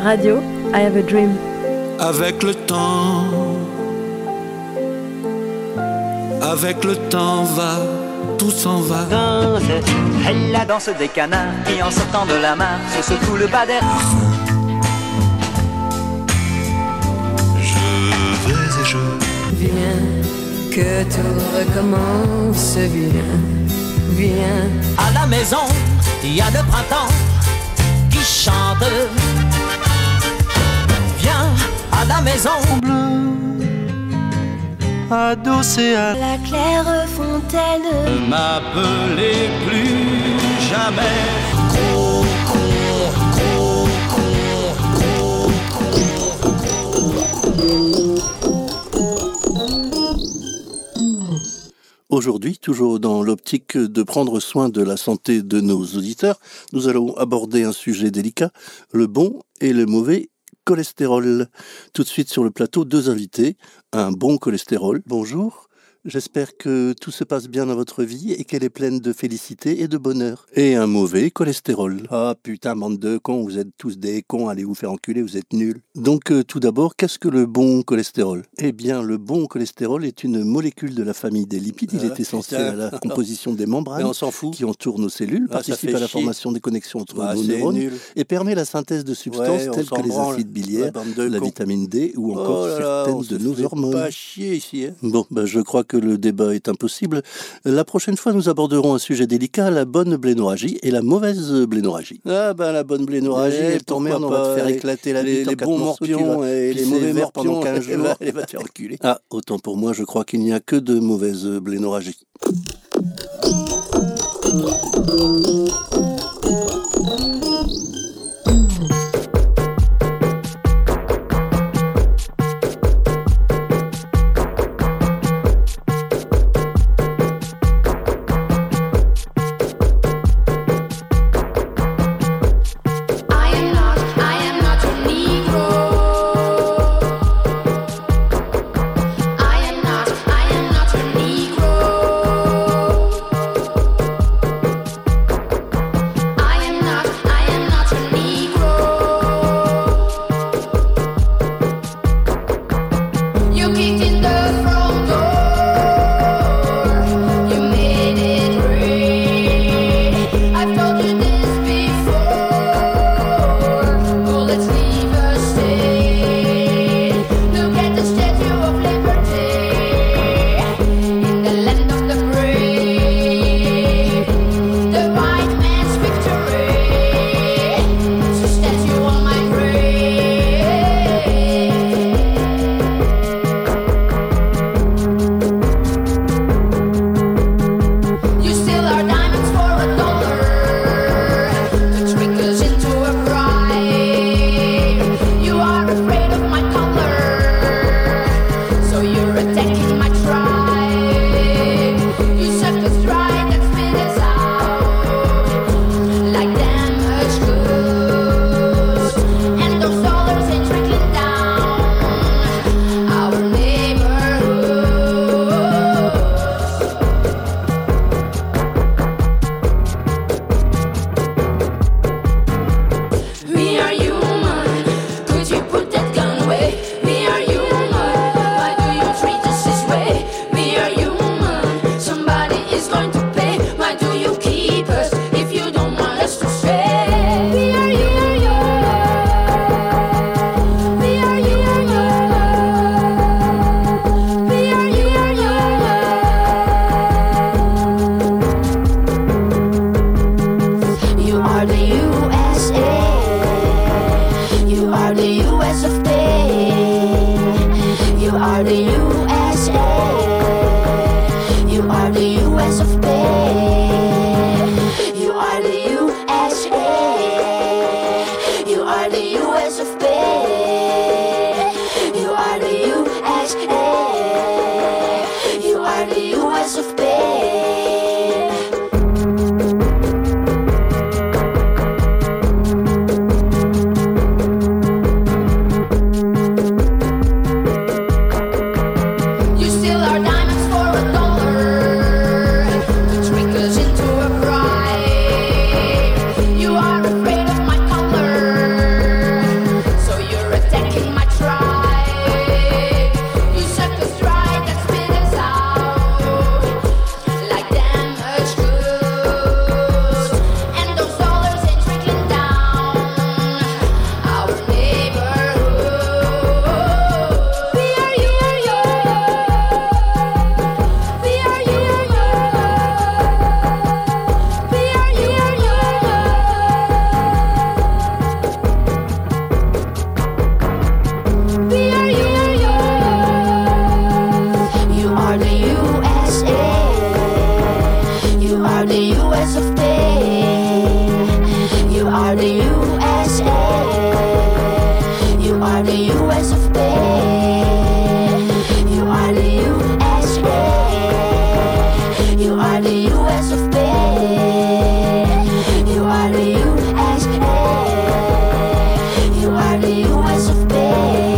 Radio, I have a dream. Avec le temps va, tout s'en va. Danse, elle la danse des canards qui en sortant de la mare se secouent le bas d'air. Je vais et je viens, que tout recommence, viens. À la maison, il y a le printemps qui chante. Viens à la maison bleue, adossé à la claire fontaine. Ne m'appelez plus jamais gros Aujourd'hui, toujours dans l'optique de prendre soin de la santé de nos auditeurs, nous allons aborder un sujet délicat, le bon et le mauvais cholestérol. Tout de suite sur le plateau, deux invités, un bon cholestérol. Bonjour, j'espère que tout se passe bien dans votre vie et qu'elle est pleine de félicité et de bonheur. Et un mauvais cholestérol. Ah putain, bande de cons, vous êtes tous des cons, allez vous faire enculer, vous êtes nuls. Donc tout d'abord, qu'est-ce que le bon cholestérol ? Eh bien, le bon cholestérol est une molécule de la famille des lipides. Il est essentiel à la composition des membranes on s'en fout. qui entourent nos cellules, participe à la formation des connexions entre nos neurones et permet la synthèse de substances telles que les acides biliaires, la vitamine D ou encore certaines de nos hormones. Pas chier ici. Bon, je crois que le débat est impossible. La prochaine fois, nous aborderons un sujet délicat, la bonne blénorragie et la mauvaise blénorragie. Ah la bonne blénorragie, t'emmerde, on va te faire éclater la vie, les bons morpions et les mauvais morpions pendant 15 jours. Elle va te faire reculer. Ah, autant pour moi, je crois qu'il n'y a que de mauvaises blénorragies. the USA. You are the US of B. You are the USA. You are the US of B. You are the USA. You are the US of B.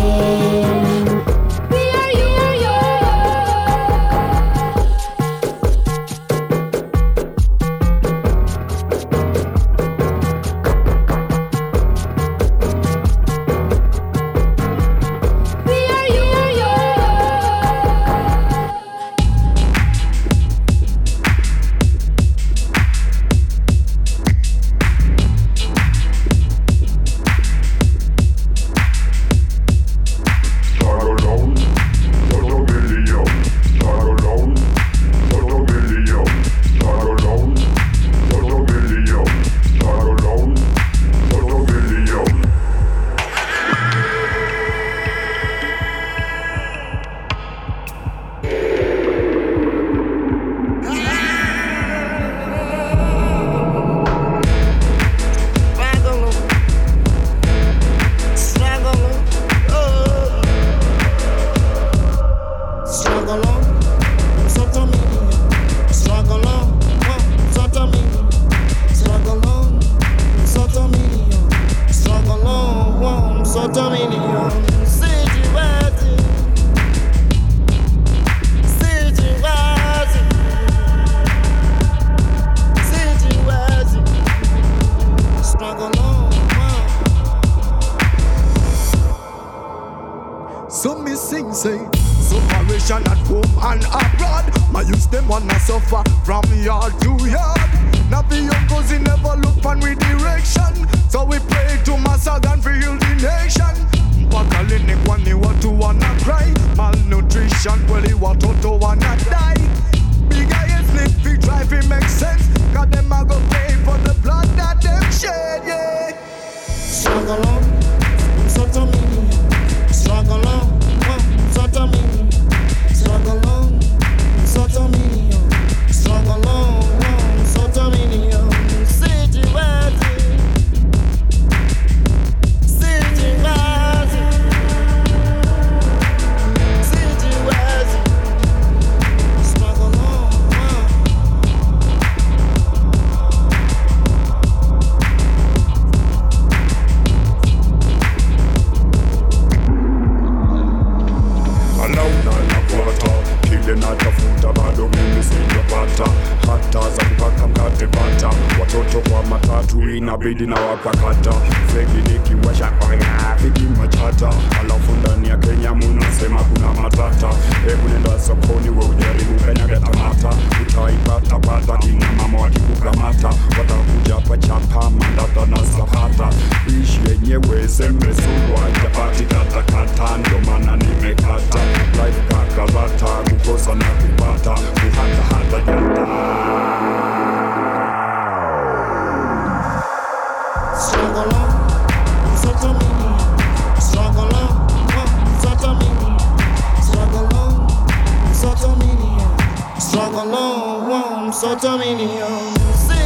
inabidi na wapakata fegi nikiwasha oya figi machata alafu ndani ya Kenya munasema kuna matata hebu nenda sokoni we ujaribu kanyaga tamata utaipata pata kina mama wakikukamata watakuja pachapa mandata na zapata ishi yenyewe sembe suwa japati katakata ndo mana nimekata life kakabata kukosa na kupata kuhata hata jata struggle on, struggle on, struggle on, struggle on,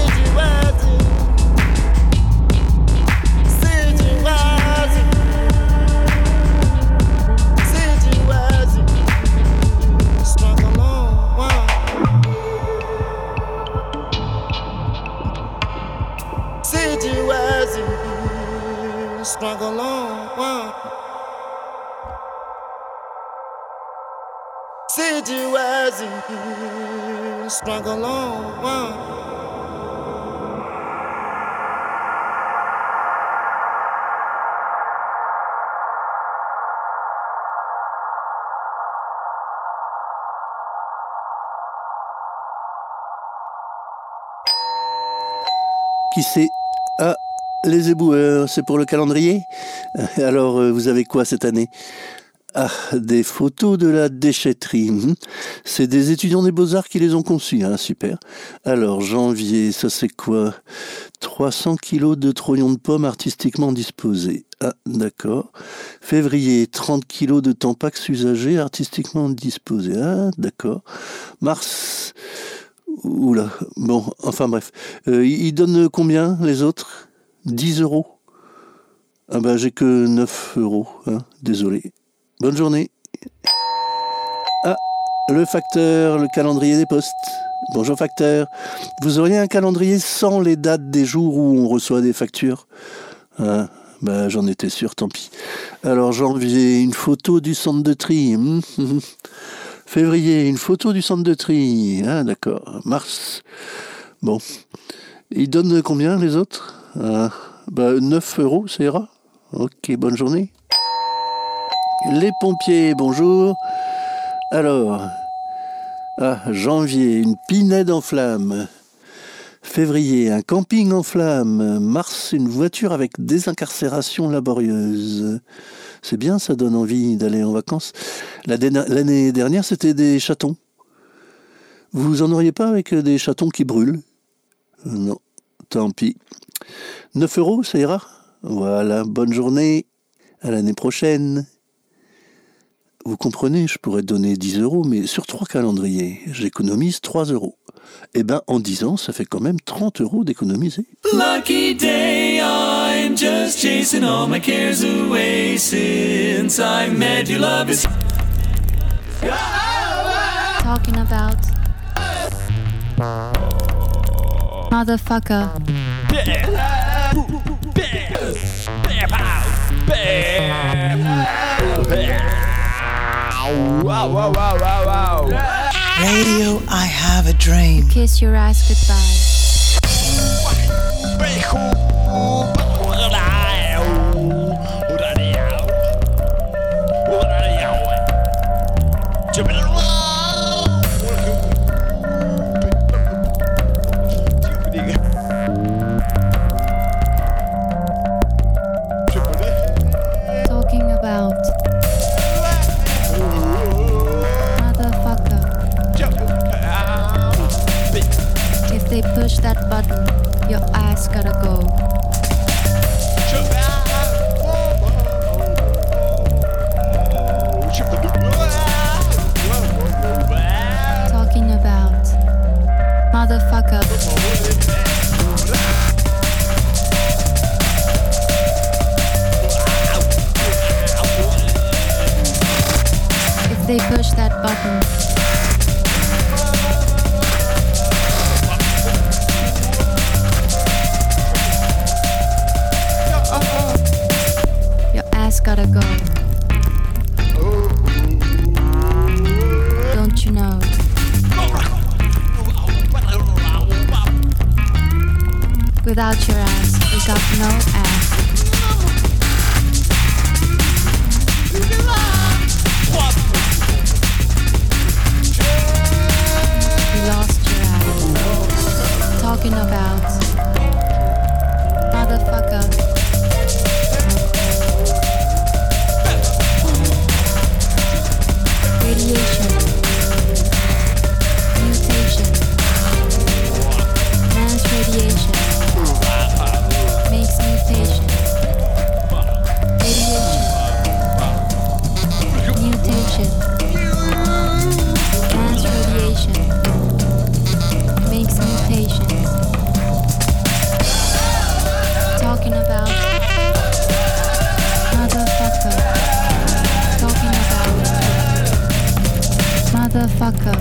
struggle on, struggle on. Qui c'est? Ah, les éboueurs, c'est pour le calendrier? Alors, vous avez quoi cette année? Ah, des photos de la déchetterie. C'est des étudiants des Beaux-Arts qui les ont conçues. Ah, super. Alors, janvier, ça c'est quoi? 300 kilos de troyons de pommes artistiquement disposés. Ah, d'accord. Février, 30 kilos de tampax usagés artistiquement disposés. Ah, d'accord. Mars... Oula, bon, enfin bref. Ils donnent combien, les autres? 10 €. Ah bah j'ai que 9 €, hein, désolé. Bonne journée. Ah, le facteur, le calendrier des postes. Bonjour facteur. Vous auriez un calendrier sans les dates des jours où on reçoit des factures? Ah, bah j'en étais sûr, tant pis. Alors janvier, une photo du centre de tri. Février, une photo du centre de tri. Ah d'accord. Mars. Bon. Ils donnent combien les autres? Ah, bah 9 €, ça ira. Ok, bonne journée. Les pompiers, bonjour. Alors, janvier, une pinède en flammes. Février, un camping en flammes. Mars, une voiture avec désincarcération laborieuse. C'est bien, ça donne envie d'aller en vacances. L'année dernière, c'était des chatons. Vous en auriez pas avec des chatons qui brûlent? Non, tant pis. 9 €, ça ira? Voilà, bonne journée. À l'année prochaine. Vous comprenez, je pourrais donner 10 €, mais sur 3 calendriers, j'économise 3 €. Eh ben, en 10 ans, ça fait quand même 30 € d'économiser. Lucky day, I'm just chasing all my cares away. Since I met you, love is Talking about motherfucker. Radio, I have a dream. Kiss your ass goodbye. Talking about motherfucker. If they push that button, your ass gotta go. Talking about motherfucker. If they push that button, your ass gotta go. Don't you know? Without your ass, we got no ass. You lost your ass. Talking about motherfucker. Radiation. Mutation. Mass radiation. Makes mutation. Radiation. Mutation. Mass radiation. Makes mutations. Talking about motherfucker. Talking about motherfucker.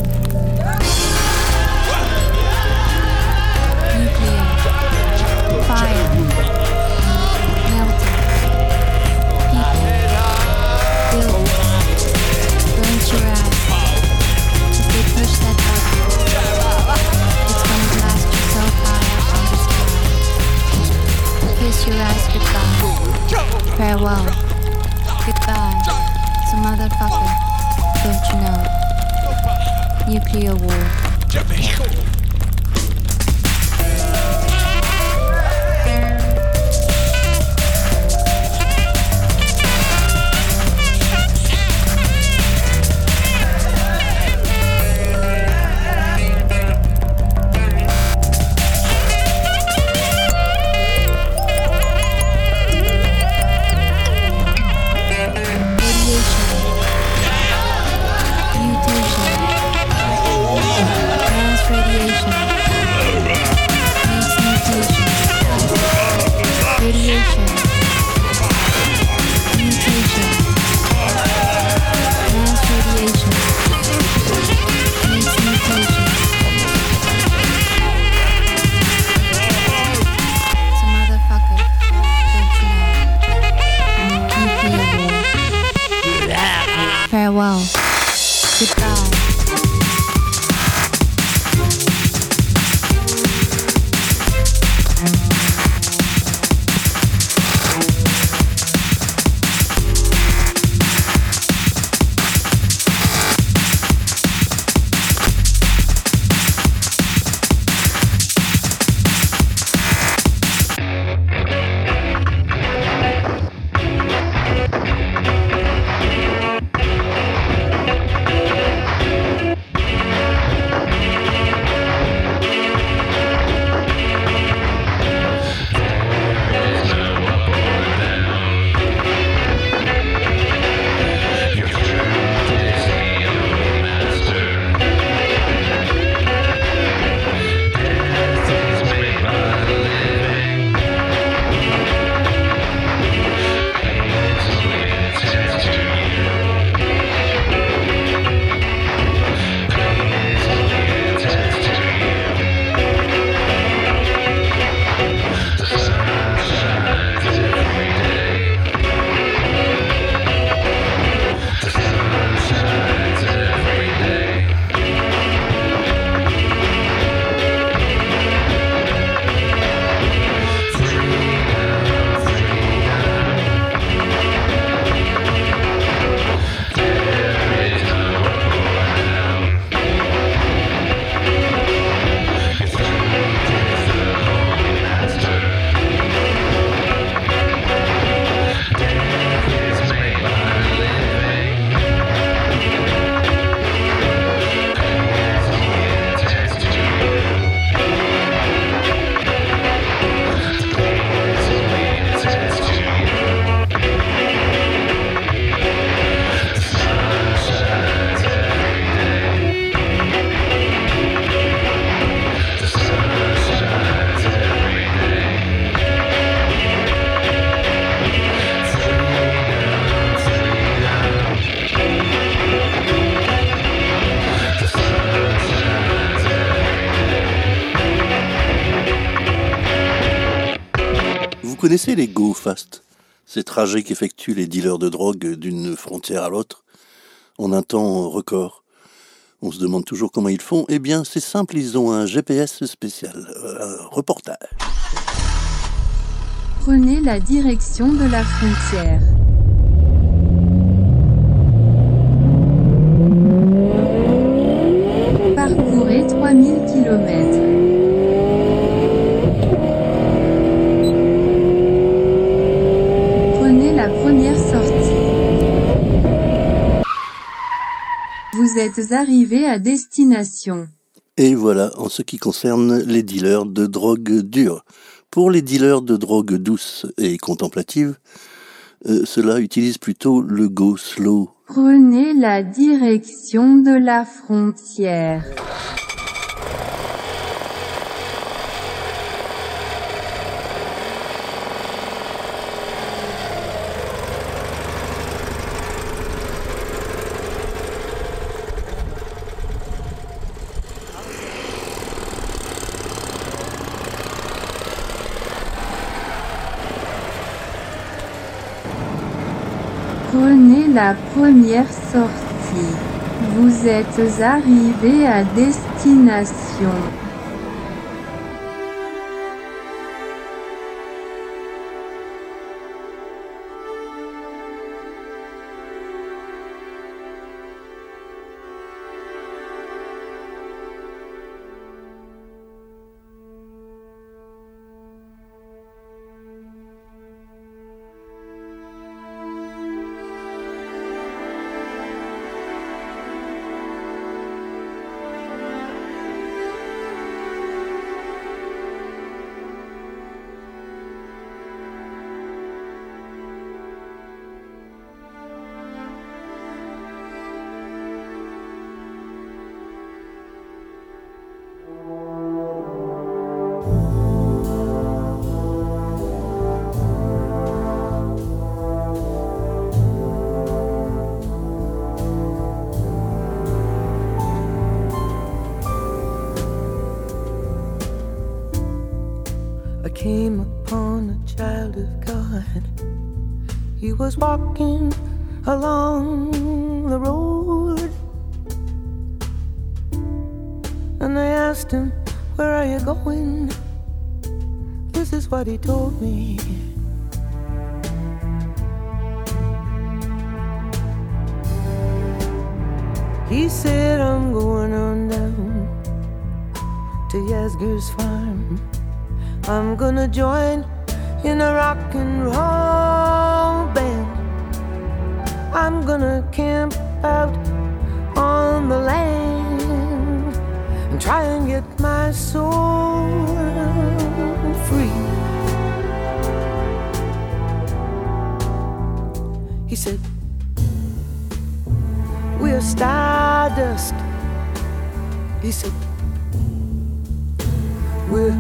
Nuclear. Fire. Melting. People. Building. Burnt your ass. If they push that button, it's gonna blast yourself high up on the sky. Kiss your ass goodbye. Farewell. Goodbye. So motherfucker, don't you know? Nuclear war. Radiation. connaissez les go fast, ces trajets qu'effectuent les dealers de drogue d'une frontière à l'autre en un temps record. On se demande toujours comment ils font. Eh bien, c'est simple, ils ont un GPS spécial, un reportage. Prenez la direction de la frontière. Parcourez 3000 km. Prenez la première sortie. Vous êtes arrivé à destination. Et voilà, en ce qui concerne les dealers de drogue dure. Pour les dealers de drogue douce et contemplative, cela utilise plutôt le go slow. Prenez la direction de la frontière. Prenez la première sortie. Vous êtes arrivé à destination. Came upon a child of God. He was walking along the road, and I asked him, "Where are you going?" This is what he told me. He said, "I'm going on down to Yasgur's farm. I'm gonna join in a rock and roll band. I'm gonna camp out on the land and try and get my soul free." He said, "We're stardust." He said, "We're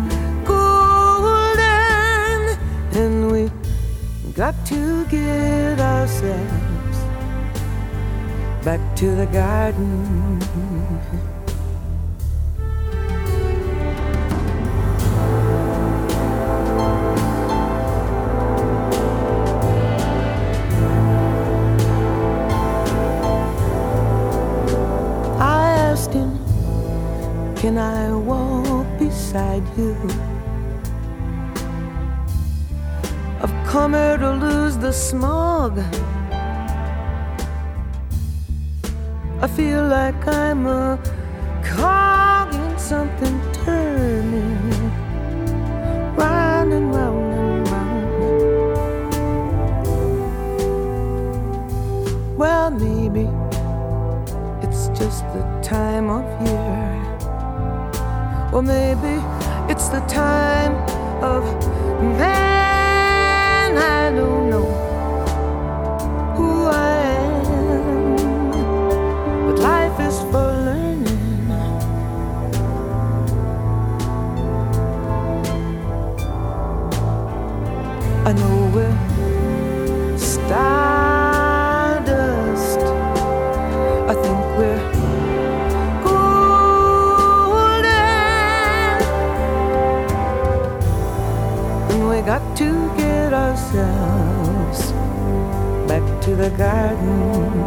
and we got to get ourselves back to the garden." I asked him, "Can I walk beside you? I've come here to lose the smog. I feel like I'm a cog in something turning round and round and round." Well, maybe it's just the time of year, or maybe it's the time of man. I don't know who I am, but life is for learning. I know we're stardust. I think we're golden, and we got to get ourselves back to the garden.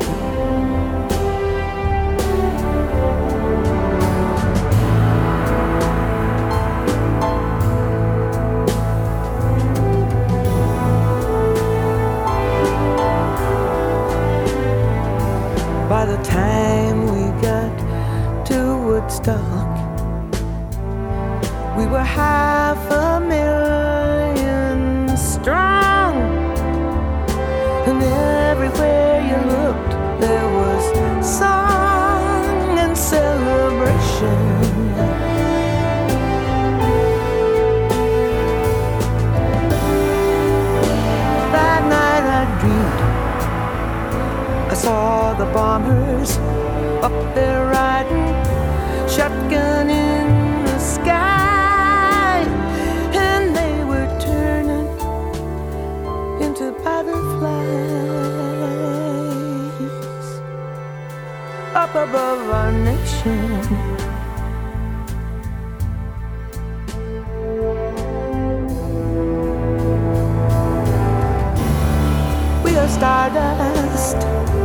By the time we got to Woodstock, we were 500,000 strong, and everywhere you looked there was song and celebration. That night I dreamed I saw the bombers up there riding shotgun in the sky, and they were turning into butterflies up above our nation. We are stardust,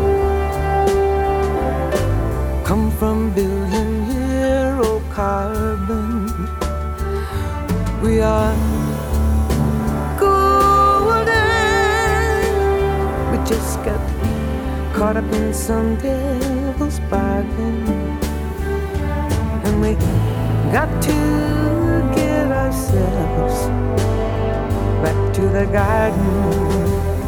come from billion-year-old carbon. We are golden. We just got caught up in some devil's bargain, and we got to get ourselves back to the garden.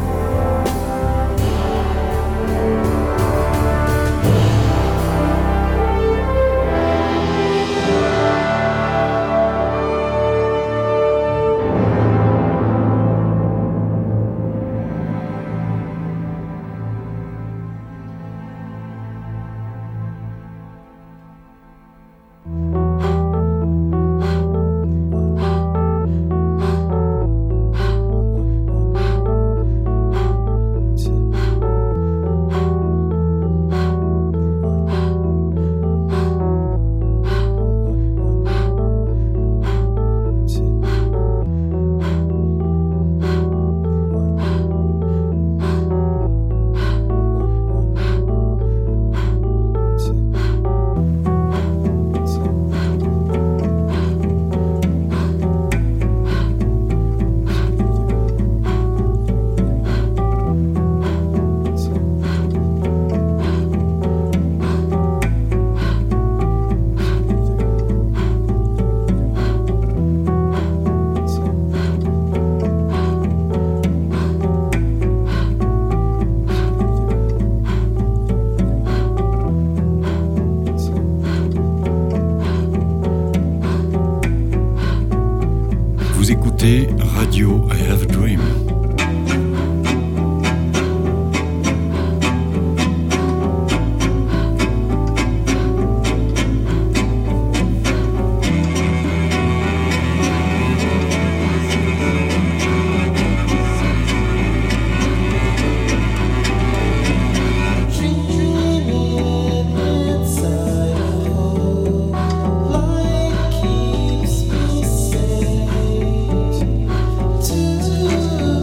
Radio I Have a Dream. Keeps me safe to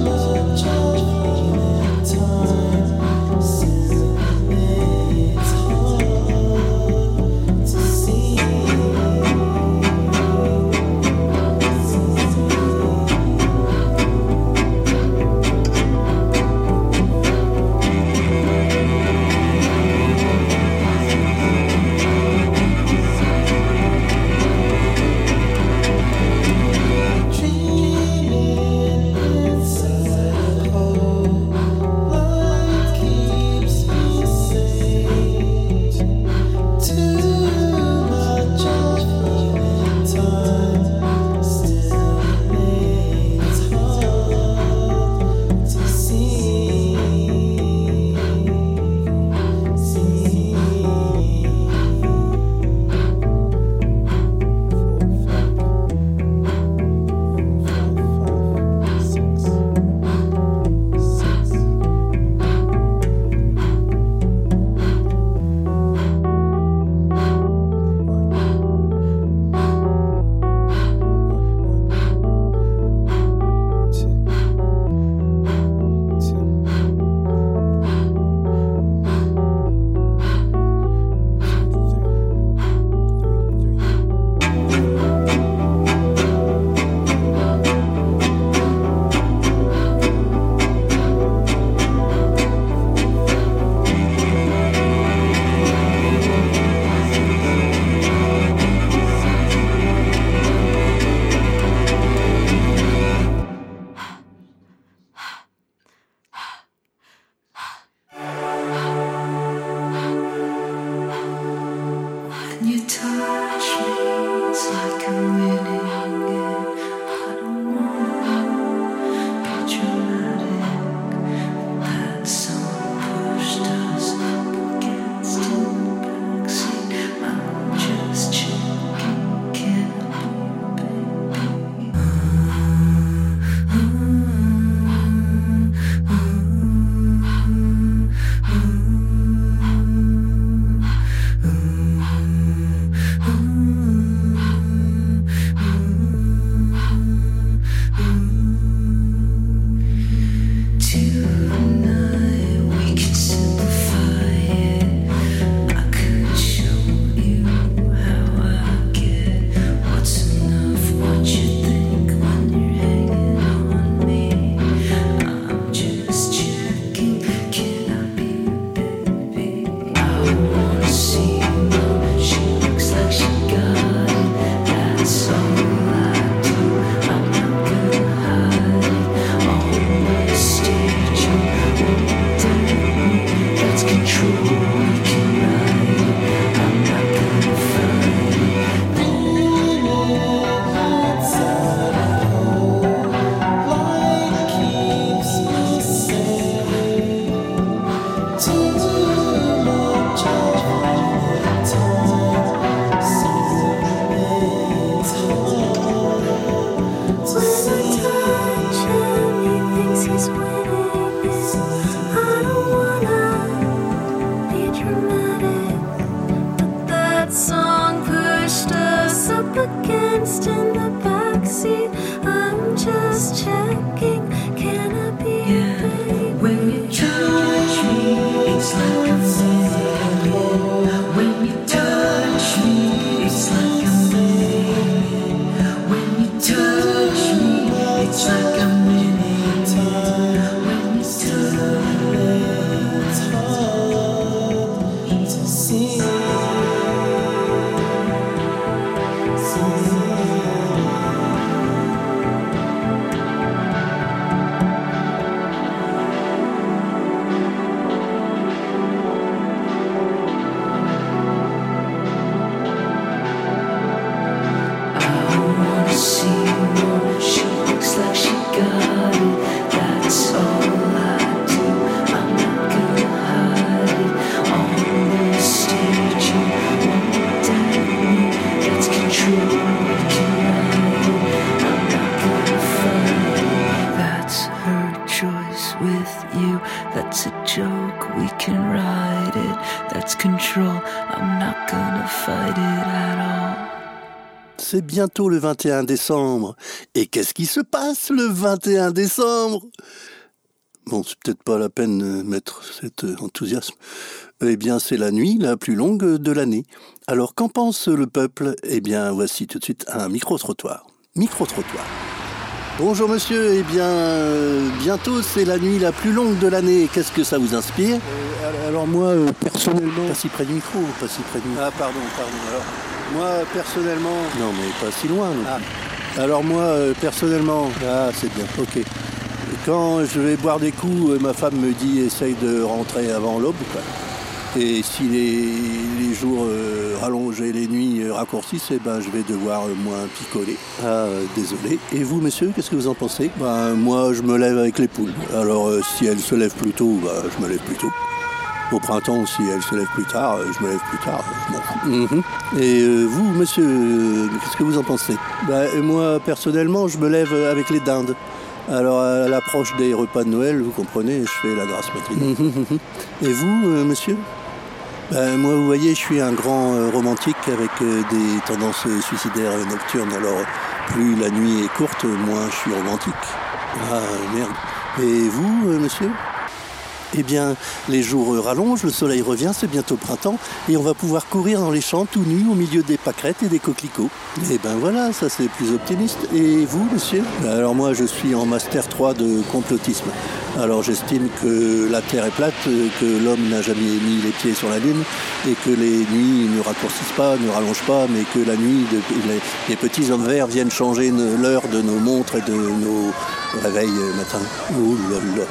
can ride it. That's control. I'm not gonna fight it at all. C'est bientôt le 21 décembre. Et qu'est-ce qui se passe le 21 décembre ? Bon, c'est peut-être pas la peine de mettre cet enthousiasme. Eh bien, c'est la nuit la plus longue de l'année. Alors, qu'en pense le peuple ? Eh bien, voici tout de suite un micro-trottoir. Micro-trottoir. Bonjour monsieur, eh bien, bientôt c'est la nuit la plus longue de l'année. Qu'est-ce que ça vous inspire ? Alors moi, personnellement... Pas si près du micro, pas si près du micro. Ah, pardon. Alors, moi, personnellement... Non, mais pas si loin. Non. Alors moi, personnellement... Ah, c'est bien, ok. Quand je vais boire des coups, ma femme me dit essaye de rentrer avant l'aube, quoi. Et si les jours rallongent et les nuits raccourcissent, eh ben, je vais devoir moins picoler. Ah, désolé. Et vous, monsieur, qu'est-ce que vous en pensez ? Moi, je me lève avec les poules. Alors, si elles se lèvent plus tôt, je me lève plus tôt. Au printemps, si elles se lèvent plus tard, je me lève plus tard. Je m'en fous. Et vous, monsieur, qu'est-ce que vous en pensez ? Moi, personnellement, je me lève avec les dindes. Alors, à l'approche des repas de Noël, vous comprenez, je fais la grasse matinée. Et vous, monsieur ? Moi, vous voyez, je suis un grand romantique avec des tendances suicidaires nocturnes. Alors, plus la nuit est courte, moins je suis romantique. Ah, merde. Et vous, monsieur ? Eh bien, les jours rallongent, le soleil revient, c'est bientôt printemps, et on va pouvoir courir dans les champs tout nus au milieu des pâquerettes et des coquelicots. Eh ben voilà, ça c'est plus optimiste. Et vous, monsieur ? Alors moi, je suis en Master 3 de complotisme. Alors j'estime que la Terre est plate, que l'homme n'a jamais mis les pieds sur la Lune, et que les nuits ne raccourcissent pas, ne rallongent pas, mais que la nuit, les petits hommes verts viennent changer l'heure de nos montres et de nos réveils matin. Ouh là là.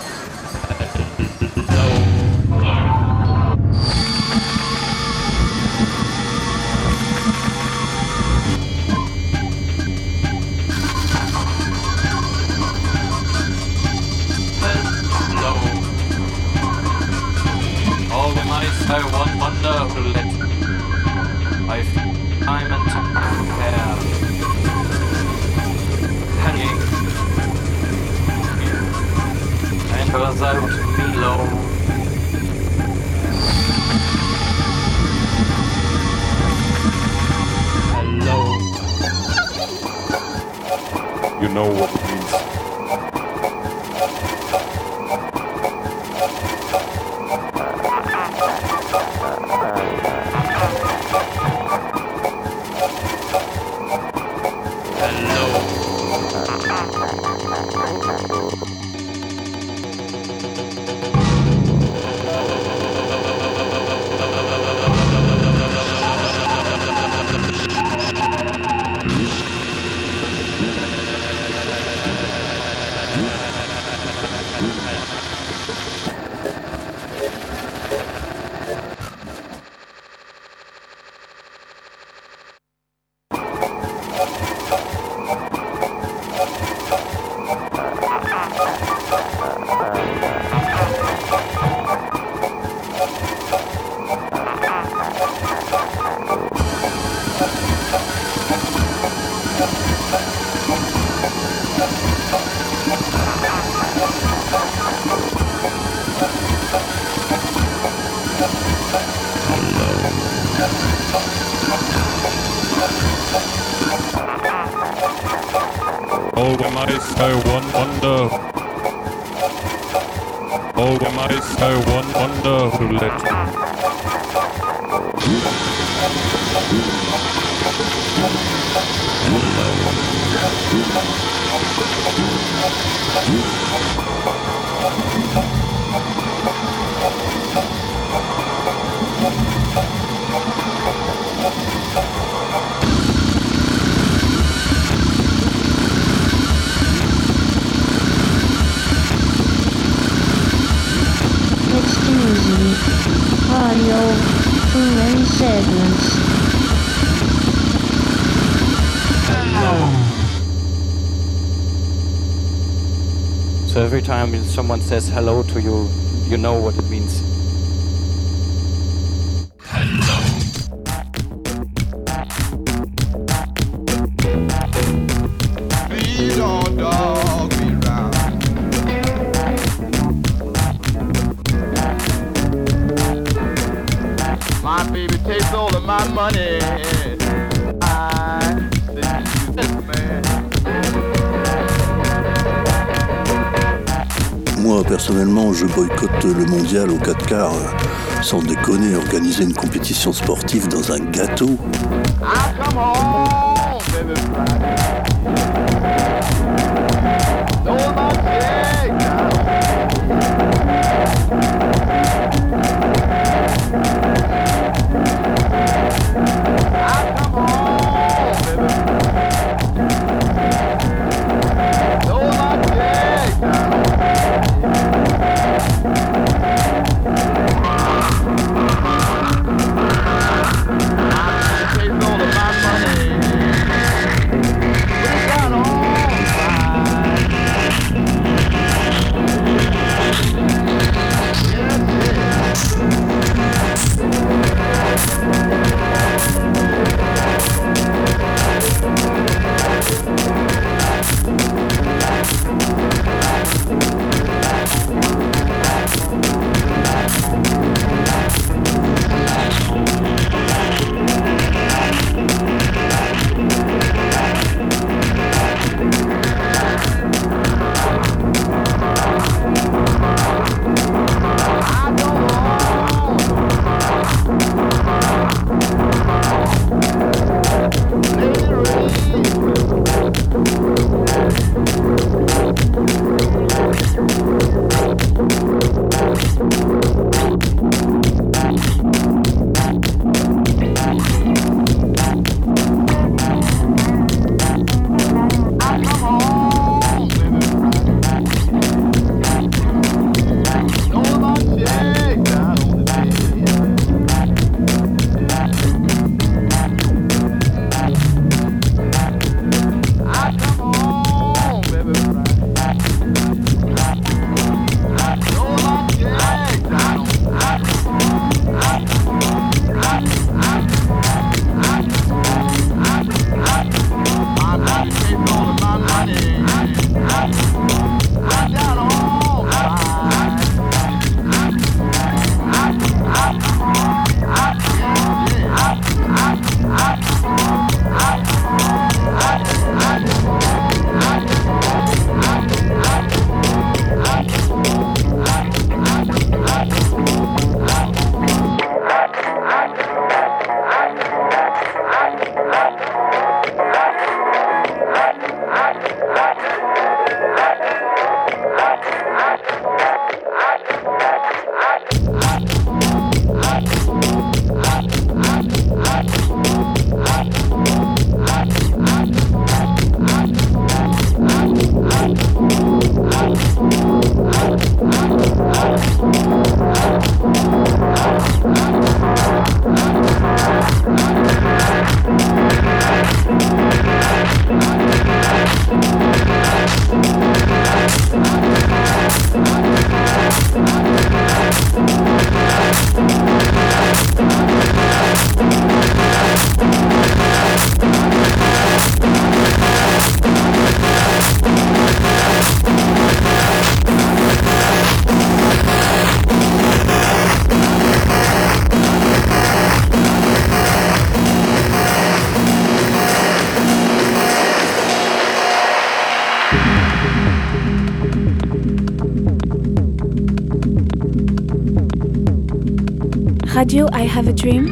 I wonder who let my time and care hanging and without below. Hello. You know what it means. Oh, the mice, I wonder. Oh, the mice, I wonder who let me. Excuse me, audio, too many segments. So every time someone says hello to you, you know what it means. money. Moi, personnellement, je boycotte le mondial au 4 quarts. Sans déconner, organiser une compétition sportive dans un gâteau. Ah, come on, baby. Don't Radio I Have a Dream.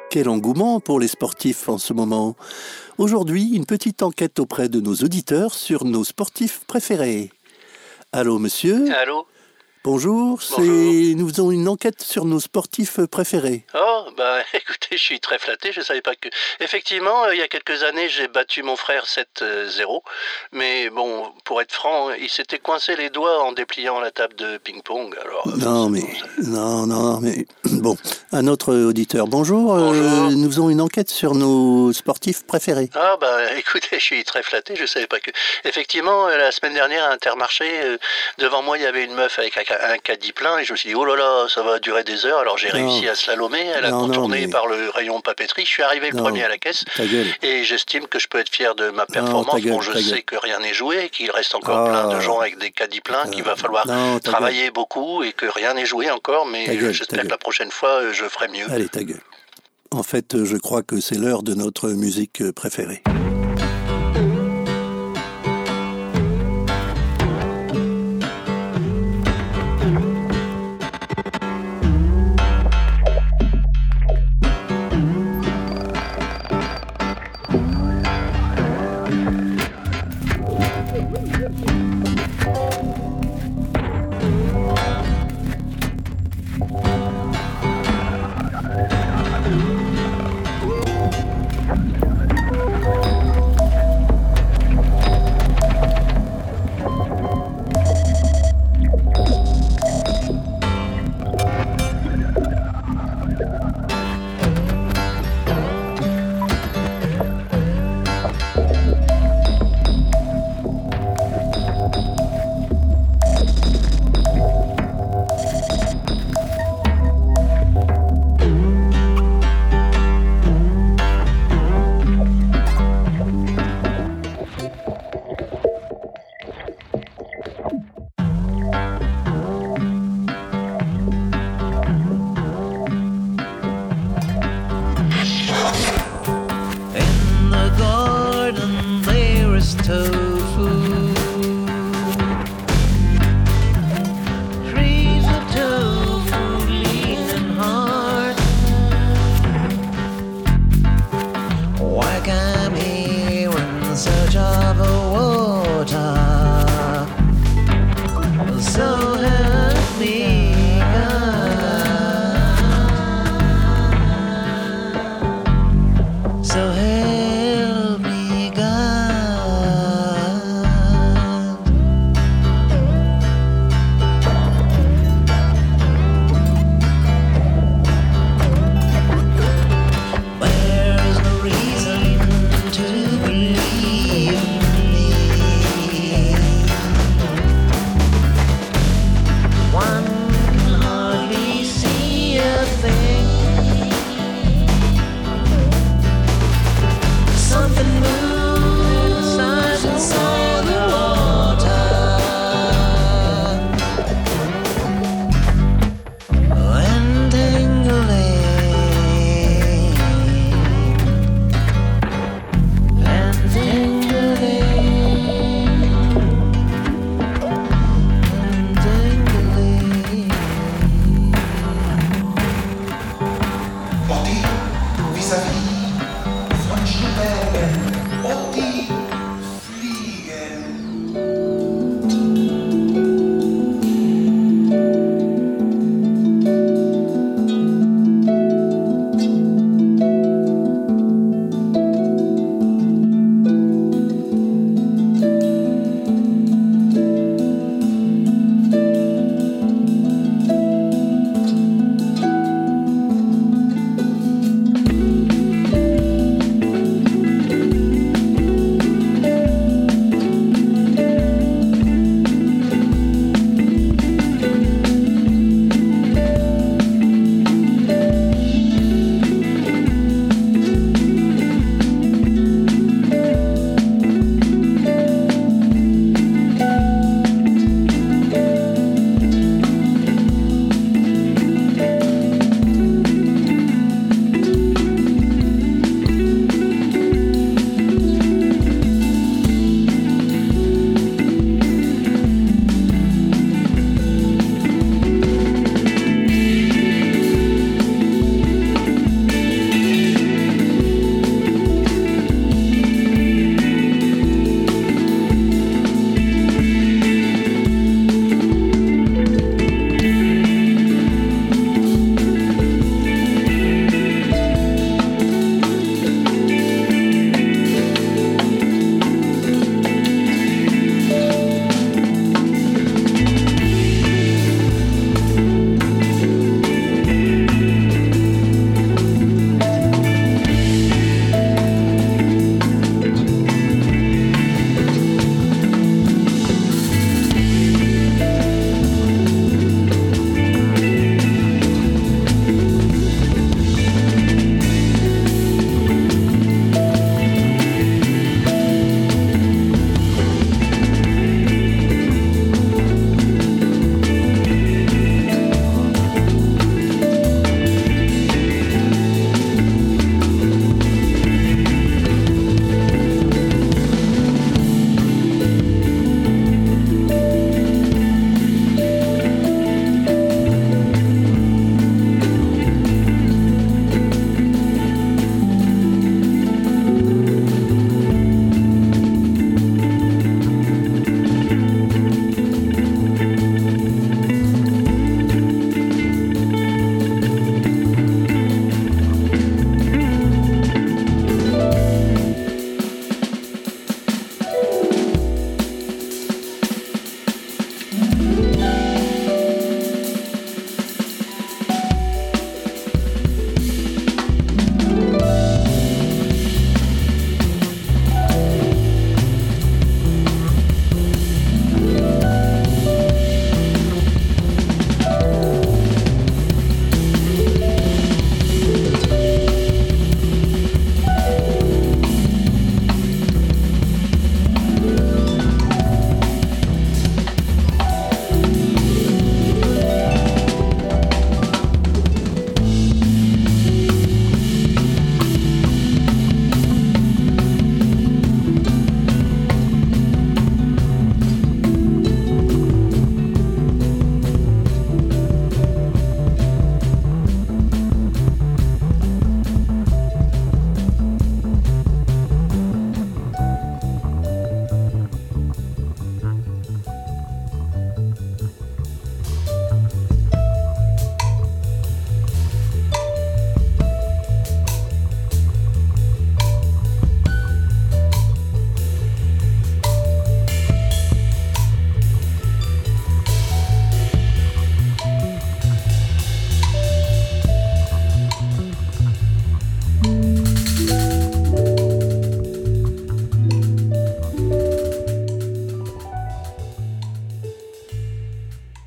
Quel engouement pour les sportifs en ce moment. Aujourd'hui, une petite enquête auprès de nos auditeurs sur nos sportifs préférés. Allô, monsieur ? Allô ? Bonjour, nous faisons une enquête sur nos sportifs préférés. Oh, bah écoutez, je suis très flatté, je savais pas que... Effectivement, il y a quelques années, j'ai battu mon frère 7-0, mais bon, pour être franc, il s'était coincé les doigts en dépliant la table de ping-pong, alors... Non, mais... Bon, un autre auditeur. Bonjour, nous faisons une enquête sur nos sportifs préférés. Ah, bah écoutez, je suis très flatté, je savais pas que... Effectivement, la semaine dernière, à Intermarché, devant moi, il y avait une meuf avec un caddie plein et je me suis dit oh là là, ça va durer des heures. Alors j'ai réussi à slalomer, elle a contourné par le rayon papeterie. Je suis arrivé le premier à la caisse et j'estime que je peux être fier de ma performance. Bon, je sais que rien n'est joué, qu'il reste encore plein de gens avec des caddies pleins, qu'il va falloir travailler beaucoup et que rien n'est joué encore, mais j'espère que la prochaine fois je ferai mieux. Allez, ta gueule. En fait, je crois que c'est l'heure de notre musique préférée.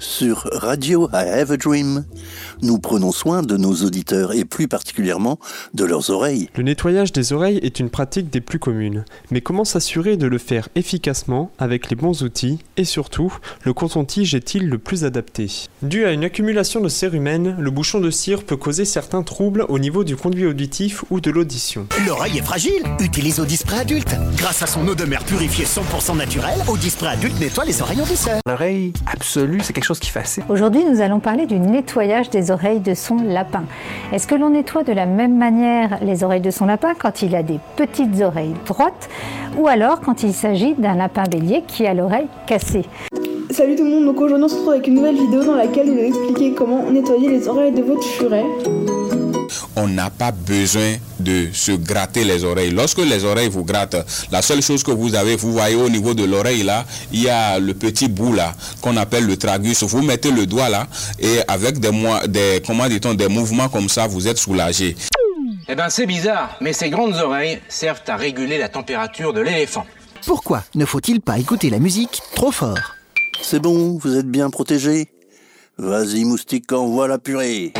Sur Radio I Have a Dream, nous prenons soin de nos auditeurs et plus particulièrement de leurs oreilles. Le nettoyage des oreilles est une pratique des plus communes. Mais comment s'assurer de le faire efficacement avec les bons outils et surtout, le coton-tige est-il le plus adapté ? Dû à une accumulation de cérumen, le bouchon de cire peut causer certains troubles au niveau du conduit auditif ou de l'audition. L'oreille est fragile, utilise Audispray Adulte. Grâce à son eau de mer purifiée 100% naturelle, Audispray Adulte nettoie les oreilles en douceur. L'oreille absolue, c'est quelque chose qui fascine. Aujourd'hui, nous allons parler du nettoyage des oreilles de son lapin. Est-ce que l'on nettoie de la même manière les oreilles de son lapin quand il a des petites oreilles droites ou alors quand il s'agit d'un lapin bélier qui a l'oreille cassée ? Salut tout le monde, donc aujourd'hui on se retrouve avec une nouvelle vidéo dans laquelle je vais expliquer comment nettoyer les oreilles de votre furet. On n'a pas besoin de se gratter les oreilles. Lorsque les oreilles vous grattent, la seule chose que vous avez, vous voyez au niveau de l'oreille là, il y a le petit bout là qu'on appelle le tragus. Vous mettez le doigt là et avec des mouvements comme ça, vous êtes soulagé. Eh ben c'est bizarre, mais ces grandes oreilles servent à réguler la température de l'éléphant. Pourquoi ne faut-il pas écouter la musique trop fort ? C'est bon, vous êtes bien protégés ? Vas-y moustique, envoie la purée.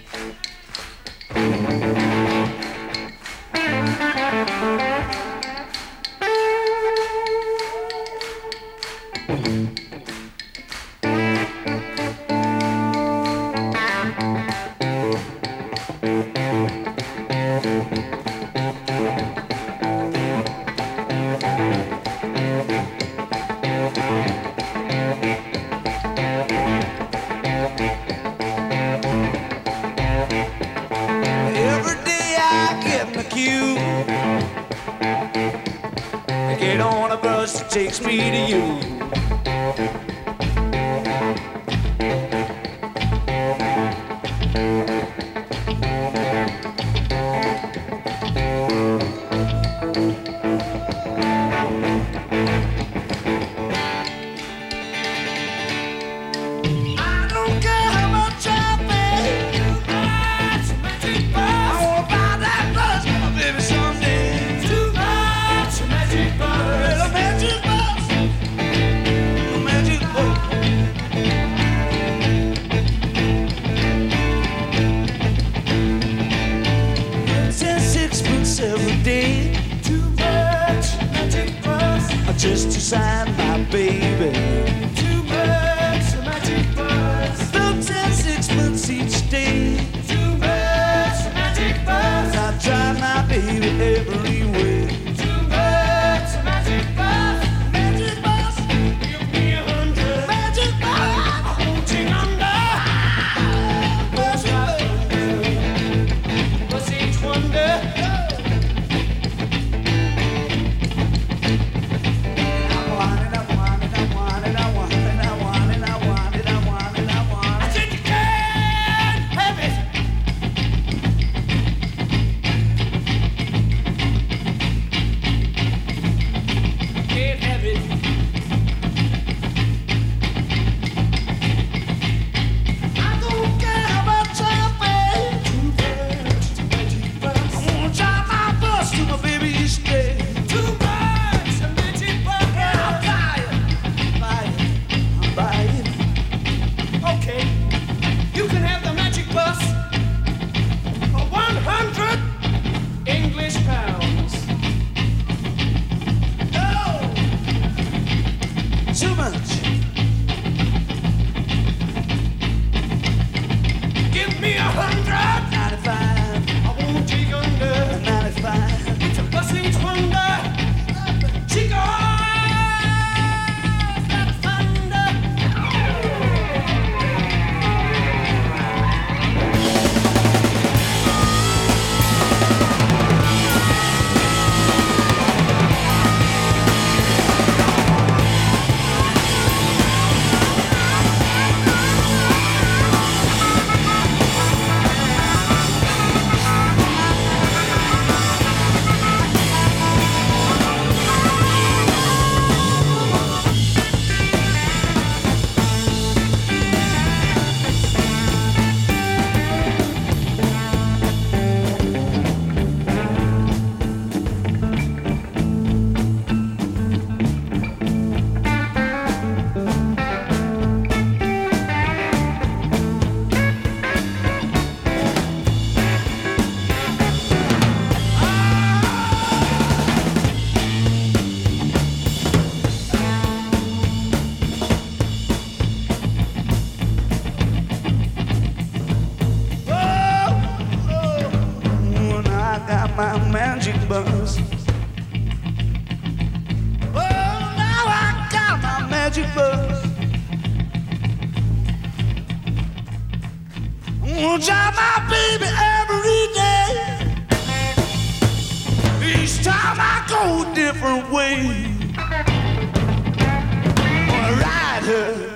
Takes me to you. Just to sign my baby. Too much magic buzz. 10 6 each day. Too much magic buzz. I try my baby every way. Too much magic buzz. Magic buzz. Give me 100. Magic buzz. I won't take under. Buzz right. Buzz each wonder. magic bus. Wanna drive my baby every day. Each time I go a different way. Wanna ride her.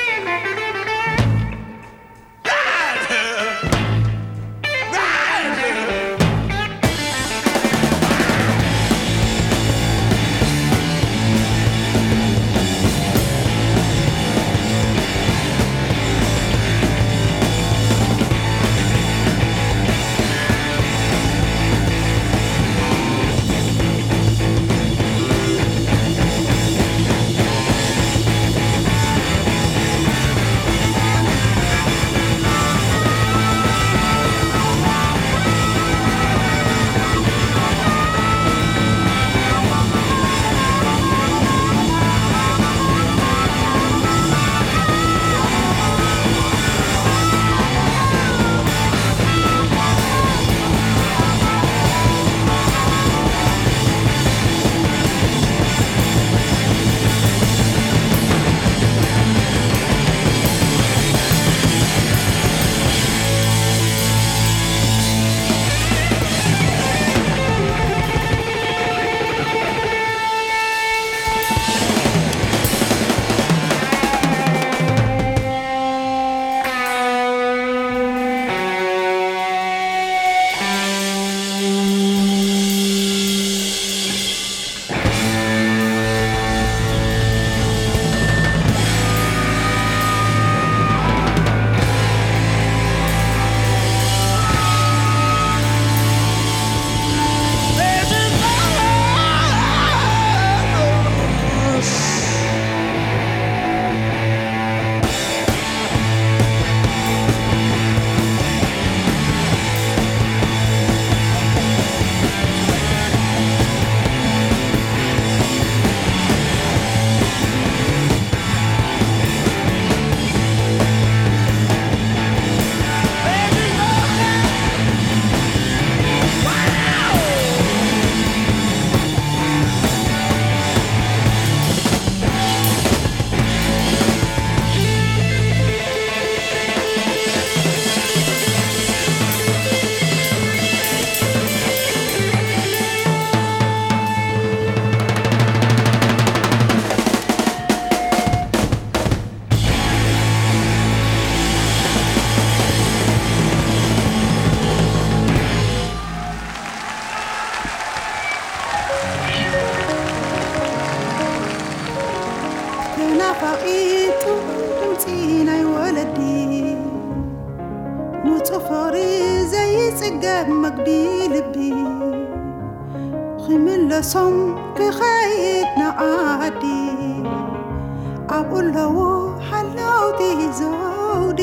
ናፋቂቱ ድምፂ ናይ ወለዲ ንፅፈሪ ዘይፅገብ መግዲ ልቢ ክምለሶም ክኸይድ ንዓዲ ኣብኡ ኣለዎ ሓላውቲ ዘውዲ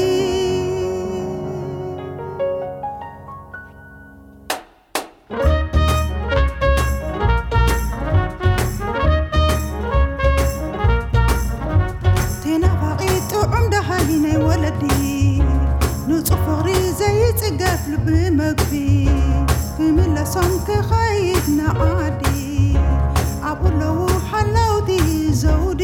ዘይፅገፍ ልቢ መግቢ ክምለሶም ክኸይድ ንዓዲ ኣብኡ ኣለዉ ሓላውቲ ዘውዲ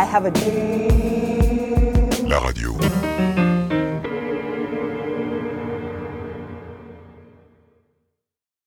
have a dream.